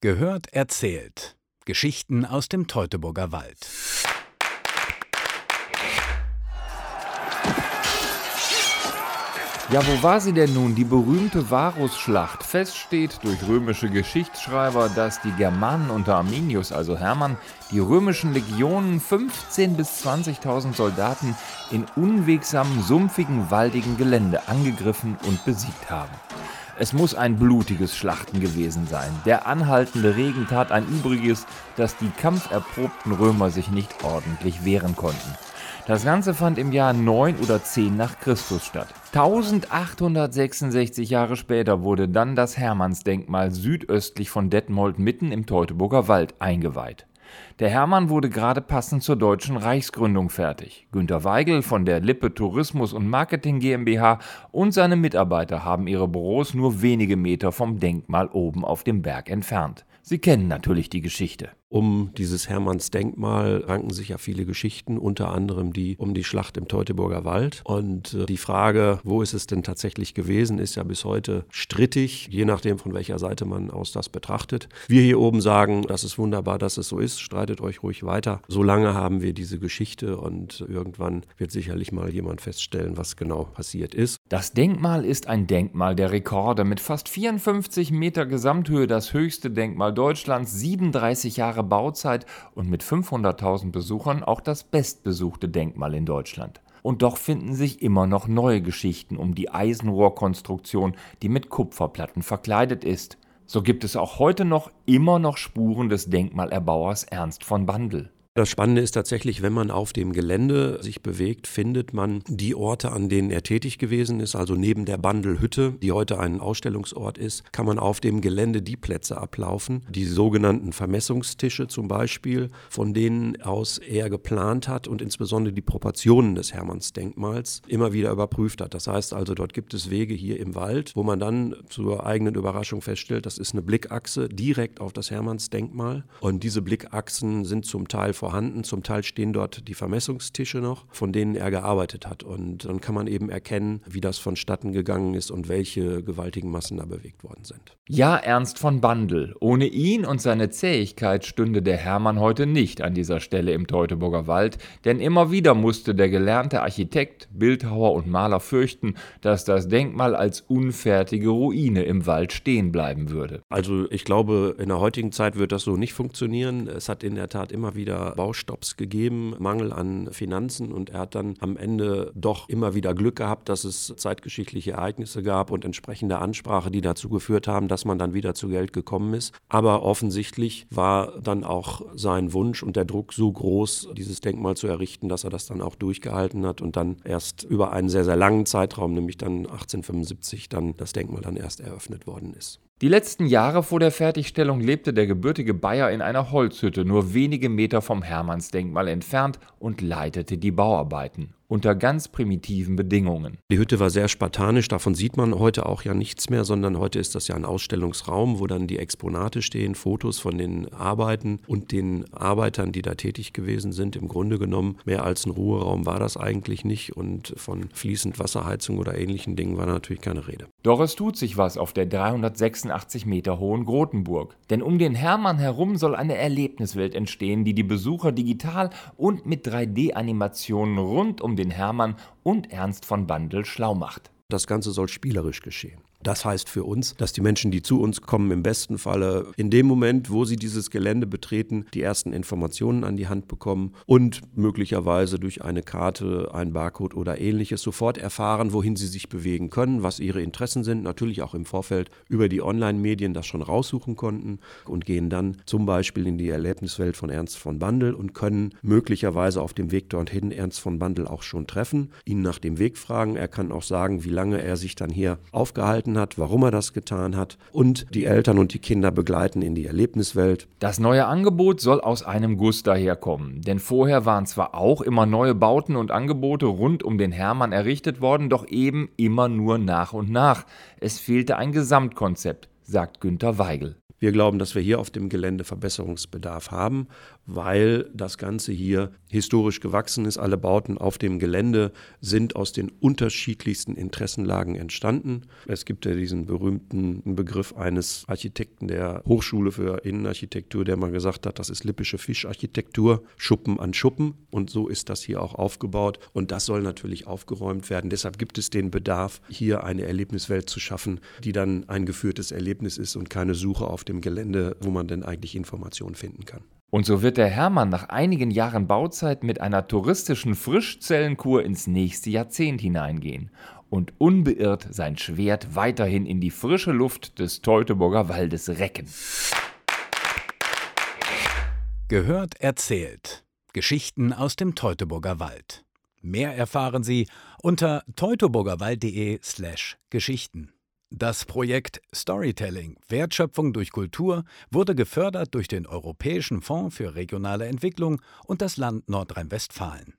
Gehört erzählt. Geschichten aus dem Teutoburger Wald. Ja, wo war sie denn nun, die berühmte Varusschlacht? Fest steht durch römische Geschichtsschreiber, dass die Germanen unter Arminius, also Hermann, die römischen Legionen 15.000 bis 20.000 Soldaten in unwegsamem, sumpfigen, waldigen Gelände angegriffen und besiegt haben. Es muss ein blutiges Schlachten gewesen sein. Der anhaltende Regen tat ein Übriges, dass die kampferprobten Römer sich nicht ordentlich wehren konnten. Das Ganze fand im Jahr 9 oder 10 nach Christus statt. 1866 Jahre später wurde dann das Hermannsdenkmal südöstlich von Detmold mitten im Teutoburger Wald eingeweiht. Der Hermann wurde gerade passend zur deutschen Reichsgründung fertig. Günter Weigel von der Lippe Tourismus und Marketing GmbH und seine Mitarbeiter haben ihre Büros nur wenige Meter vom Denkmal oben auf dem Berg entfernt. Sie kennen natürlich die Geschichte. Um dieses Hermannsdenkmal ranken sich ja viele Geschichten, unter anderem die um die Schlacht im Teutoburger Wald. Und die Frage, wo ist es denn tatsächlich gewesen, ist ja bis heute strittig, je nachdem, von welcher Seite man aus das betrachtet. Wir hier oben sagen, das ist wunderbar, dass es so ist, streitet euch ruhig weiter. Solange haben wir diese Geschichte und irgendwann wird sicherlich mal jemand feststellen, was genau passiert ist. Das Denkmal ist ein Denkmal der Rekorde. Mit fast 54 Meter Gesamthöhe das höchste Denkmal Deutschlands, 37 Jahre Bauzeit und mit 500.000 Besuchern auch das bestbesuchte Denkmal in Deutschland. Und doch finden sich immer noch neue Geschichten um die Eisenrohrkonstruktion, die mit Kupferplatten verkleidet ist. So gibt es auch heute noch immer noch Spuren des Denkmalerbauers Ernst von Bandel. Das Spannende ist tatsächlich, wenn man auf dem Gelände sich bewegt, findet man die Orte, an denen er tätig gewesen ist. Also neben der Bandelhütte, die heute ein Ausstellungsort ist, kann man auf dem Gelände die Plätze ablaufen. Die sogenannten Vermessungstische zum Beispiel, von denen aus er geplant hat und insbesondere die Proportionen des Hermannsdenkmals immer wieder überprüft hat. Das heißt also, dort gibt es Wege hier im Wald, wo man dann zur eigenen Überraschung feststellt, das ist eine Blickachse direkt auf das Hermannsdenkmal. Und diese Blickachsen sind zum Teil vorhanden, zum Teil stehen dort die Vermessungstische noch, von denen er gearbeitet hat. Und dann kann man eben erkennen, wie das vonstatten gegangen ist und welche gewaltigen Massen da bewegt worden sind. Ja, Ernst von Bandel. Ohne ihn und seine Zähigkeit stünde der Hermann heute nicht an dieser Stelle im Teutoburger Wald, denn immer wieder musste der gelernte Architekt, Bildhauer und Maler fürchten, dass das Denkmal als unfertige Ruine im Wald stehen bleiben würde. Also ich glaube, in der heutigen Zeit wird das so nicht funktionieren. Es hat in der Tat immer wieder Baustopps gegeben, Mangel an Finanzen, und er hat dann am Ende doch immer wieder Glück gehabt, dass es zeitgeschichtliche Ereignisse gab und entsprechende Ansprache, die dazu geführt haben, dass man dann wieder zu Geld gekommen ist. Aber offensichtlich war dann auch sein Wunsch und der Druck so groß, dieses Denkmal zu errichten, dass er das dann auch durchgehalten hat und dann erst über einen sehr, sehr langen Zeitraum, nämlich dann 1875, dann das Denkmal dann erst eröffnet worden ist. Die letzten Jahre vor der Fertigstellung lebte der gebürtige Bayer in einer Holzhütte, nur wenige Meter vom Hermannsdenkmal entfernt, und leitete die Bauarbeiten unter ganz primitiven Bedingungen. Die Hütte war sehr spartanisch, davon sieht man heute auch ja nichts mehr, sondern heute ist das ja ein Ausstellungsraum, wo dann die Exponate stehen, Fotos von den Arbeiten und den Arbeitern, die da tätig gewesen sind. Im Grunde genommen, mehr als ein Ruheraum war das eigentlich nicht, und von fließend Wasserheizung oder ähnlichen Dingen war natürlich keine Rede. Doch es tut sich was auf der 386 Meter hohen Grotenburg. Denn um den Hermann herum soll eine Erlebniswelt entstehen, die die Besucher digital und mit 3D-Animationen rund um den Hermann und Ernst von Bandel schlau macht. Das Ganze soll spielerisch geschehen. Das heißt für uns, dass die Menschen, die zu uns kommen, im besten Falle in dem Moment, wo sie dieses Gelände betreten, die ersten Informationen an die Hand bekommen und möglicherweise durch eine Karte, ein Barcode oder ähnliches sofort erfahren, wohin sie sich bewegen können, was ihre Interessen sind, natürlich auch im Vorfeld über die Online-Medien das schon raussuchen konnten und gehen dann zum Beispiel in die Erlebniswelt von Ernst von Bandel und können möglicherweise auf dem Weg dorthin Ernst von Bandel auch schon treffen, ihn nach dem Weg fragen. Er kann auch sagen, wie lange er sich dann hier aufgehalten hat, warum er das getan hat, und die Eltern und die Kinder begleiten in die Erlebniswelt. Das neue Angebot soll aus einem Guss daherkommen, denn vorher waren zwar auch immer neue Bauten und Angebote rund um den Hermann errichtet worden, doch eben immer nur nach und nach. Es fehlte ein Gesamtkonzept, sagt Günter Weigel. Wir glauben, dass wir hier auf dem Gelände Verbesserungsbedarf haben, weil das Ganze hier historisch gewachsen ist. Alle Bauten auf dem Gelände sind aus den unterschiedlichsten Interessenlagen entstanden. Es gibt ja diesen berühmten Begriff eines Architekten der Hochschule für Innenarchitektur, der mal gesagt hat, das ist lippische Fischarchitektur, Schuppen an Schuppen. Und so ist das hier auch aufgebaut. Und das soll natürlich aufgeräumt werden. Deshalb gibt es den Bedarf, hier eine Erlebniswelt zu schaffen, die dann ein geführtes Erlebnis ist und keine Suche auf dem Gelände, wo man denn eigentlich Informationen finden kann. Und so wird der Hermann nach einigen Jahren Bauzeit mit einer touristischen Frischzellenkur ins nächste Jahrzehnt hineingehen und unbeirrt sein Schwert weiterhin in die frische Luft des Teutoburger Waldes recken. Gehört, erzählt. Geschichten aus dem Teutoburger Wald. Mehr erfahren Sie unter teutoburgerwald.de/Geschichten. Das Projekt Storytelling – Wertschöpfung durch Kultur wurde gefördert durch den Europäischen Fonds für regionale Entwicklung und das Land Nordrhein-Westfalen.